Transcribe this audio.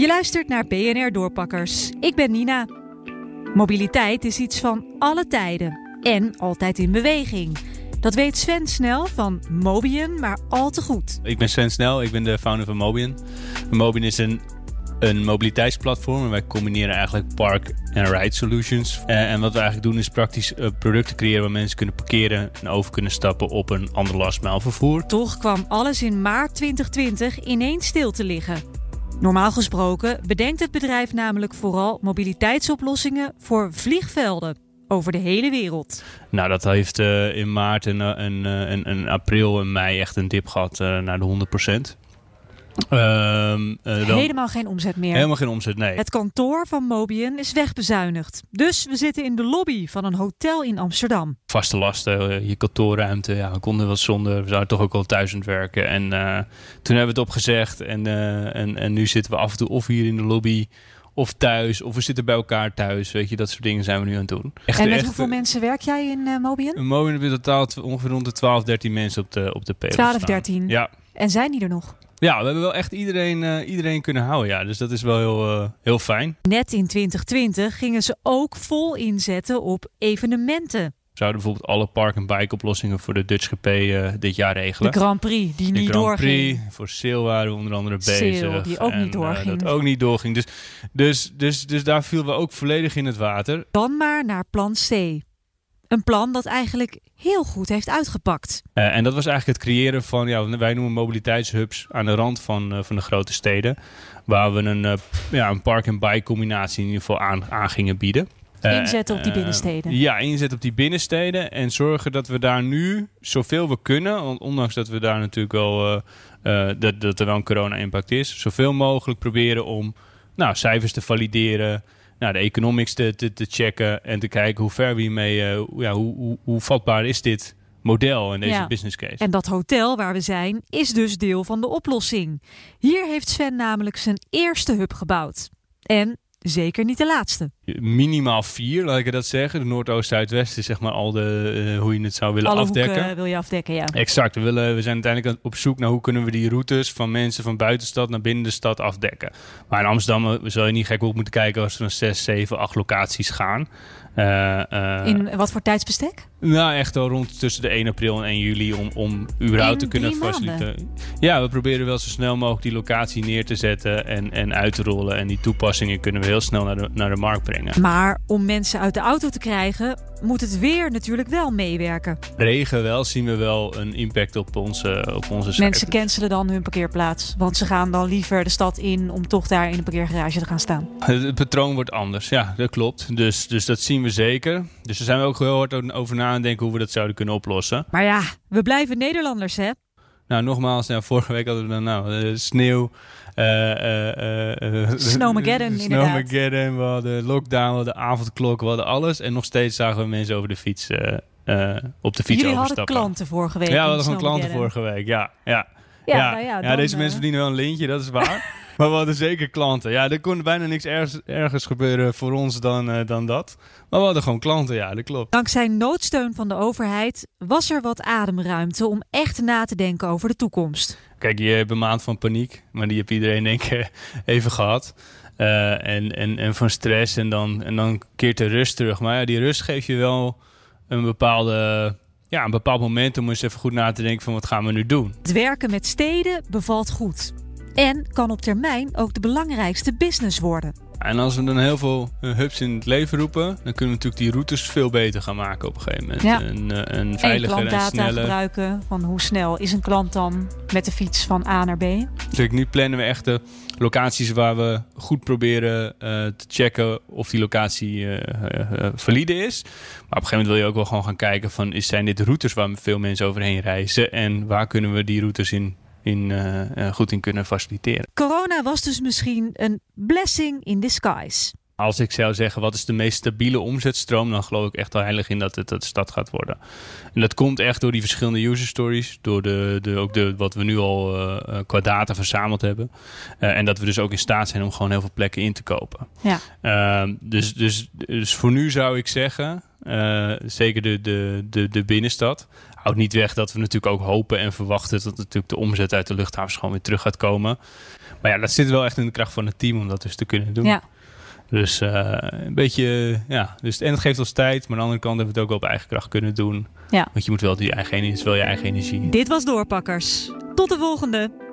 Je luistert naar BNR Doorpakkers. Ik ben Nina. Mobiliteit is iets van alle tijden en altijd in beweging. Dat weet Sven Snel van Mobian maar al te goed. Ik ben Sven Snel, ik ben de founder van Mobian. Mobian is een mobiliteitsplatform en wij combineren eigenlijk park- en ride solutions. En wat we eigenlijk doen is praktisch producten creëren waar mensen kunnen parkeren en over kunnen stappen op een ander last-mijl-vervoer. Toch kwam alles in maart 2020 ineens stil te liggen. Normaal gesproken bedenkt het bedrijf namelijk vooral mobiliteitsoplossingen voor vliegvelden over de hele wereld. Nou, dat heeft in maart en april en mei echt een dip gehad naar de 100%. Helemaal geen omzet meer. Helemaal geen omzet, nee. Het kantoor van Mobian is wegbezuinigd. Dus we zitten in de lobby van een hotel in Amsterdam. Vaste lasten, je kantoorruimte. Ja, we konden wat zonder. We zouden toch ook wel thuis aan het werken. En toen hebben we het opgezegd. En nu zitten we af en toe of hier in de lobby of thuis. Of we zitten bij elkaar thuis. Weet je, dat soort dingen zijn we nu aan het doen. En met hoeveel mensen werk jij in Mobian? In Mobian hebben we totaal ongeveer rond de 12, 13 mensen op de payroll 12, 13? Ja. En zijn die er nog? Ja, we hebben wel echt iedereen kunnen houden. Ja. Dus dat is wel heel fijn. Net in 2020 gingen ze ook vol inzetten op evenementen. We zouden bijvoorbeeld alle park- en bike-oplossingen voor de Dutch GP dit jaar regelen. De Grand Prix, die niet doorging. De Grand Prix, voor Sail waren we onder andere bezig. Sail, die ook niet doorging. Dat ook niet doorging. Dus daar viel we ook volledig in het water. Dan maar naar plan C. Een plan dat eigenlijk heel goed heeft uitgepakt. En dat was eigenlijk het creëren van, wij noemen mobiliteitshubs aan de rand van de grote steden. Waar we een park- en bike combinatie in ieder geval aan gingen bieden. Inzetten op die binnensteden. Ja, inzetten op die binnensteden. En zorgen dat we daar nu zoveel we kunnen. Want ondanks dat we daar natuurlijk wel dat er wel een corona-impact is. Zoveel mogelijk proberen om cijfers te valideren. De economics te checken. En te kijken hoe ver we hiermee. Hoe vatbaar is dit model en deze business case. En dat hotel waar we zijn is dus deel van de oplossing. Hier heeft Sven namelijk zijn eerste hub gebouwd. En zeker niet de laatste. Minimaal 4, laat ik dat zeggen. De Noordoost, Zuidwest is zeg maar al hoe je het zou willen alle afdekken. Hoeken wil je afdekken, ja. Exact. We zijn uiteindelijk op zoek naar hoe kunnen we die routes van mensen van buiten de stad naar binnen de stad afdekken. Maar in Amsterdam zou je niet gek op moeten kijken als we naar 6, 7, 8 locaties gaan. In wat voor tijdsbestek? Nou, echt al rond tussen de 1 april en 1 juli om überhaupt te kunnen faciliteren. Ja, we proberen wel zo snel mogelijk die locatie neer te zetten en uit te rollen. En die toepassingen kunnen we heel snel naar de markt brengen. Maar om mensen uit de auto te krijgen, moet het weer natuurlijk wel meewerken. Regen wel, zien we wel een impact op onze cijfers. Mensen cancelen dan hun parkeerplaats. Want ze gaan dan liever de stad in om toch daar in een parkeergarage te gaan staan. Het patroon wordt anders, ja, dat klopt. Dus dat zien we zeker. Dus daar zijn we ook heel hard over na aan denken hoe we dat zouden kunnen oplossen. Maar ja, we blijven Nederlanders, hè? Nou, nogmaals, vorige week hadden we sneeuw. Snowmageddon, inderdaad. Snowmageddon, we hadden lockdown, we hadden avondklok, we hadden alles. En nog steeds zagen we mensen over de fiets, op de fiets Jullie overstappen. hadden klanten vorige week. Ja, we hadden gewoon klanten vorige week, ja. Deze mensen verdienen wel een lintje, dat is waar. Maar we hadden zeker klanten. Ja, er kon bijna niks ergens gebeuren voor ons dan dat. Maar we hadden gewoon klanten, ja, dat klopt. Dankzij noodsteun van de overheid was er wat ademruimte om echt na te denken over de toekomst. Kijk, je hebt een maand van paniek, maar die heeft iedereen denk ik even gehad. En van stress en dan keert de rust terug. Maar ja, die rust geeft je wel een bepaald moment om eens even goed na te denken van wat gaan we nu doen. Het werken met steden bevalt goed. En kan op termijn ook de belangrijkste business worden. En als we dan heel veel hubs in het leven roepen, dan kunnen we natuurlijk die routes veel beter gaan maken op een gegeven moment. Ja. En veiliger en sneller. Gebruiken van hoe snel is een klant dan met de fiets van A naar B. Dus nu plannen we echt de locaties waar we goed proberen te checken of die locatie valide is. Maar op een gegeven moment wil je ook wel gewoon gaan kijken van zijn dit routes waar veel mensen overheen reizen en waar kunnen we die routes goed in kunnen faciliteren. Corona was dus misschien een blessing in disguise. als ik zou zeggen, wat is de meest stabiele omzetstroom, dan geloof ik echt al heilig in dat het de stad gaat worden. En dat komt echt door die verschillende user stories, door wat we nu al qua data verzameld hebben. En dat we dus ook in staat zijn om gewoon heel veel plekken in te kopen. Ja. Dus voor nu zou ik zeggen, zeker de binnenstad. Houdt niet weg dat we natuurlijk ook hopen en verwachten dat natuurlijk de omzet uit de luchthavens gewoon weer terug gaat komen. Maar ja, dat zit wel echt in de kracht van het team om dat dus te kunnen doen. Ja. Dus een beetje, ja. Dus, en het geeft ons tijd. Maar aan de andere kant hebben we het ook wel op eigen kracht kunnen doen. Ja. Want je moet wel je eigen energie. Dit was Doorpakkers. Tot de volgende.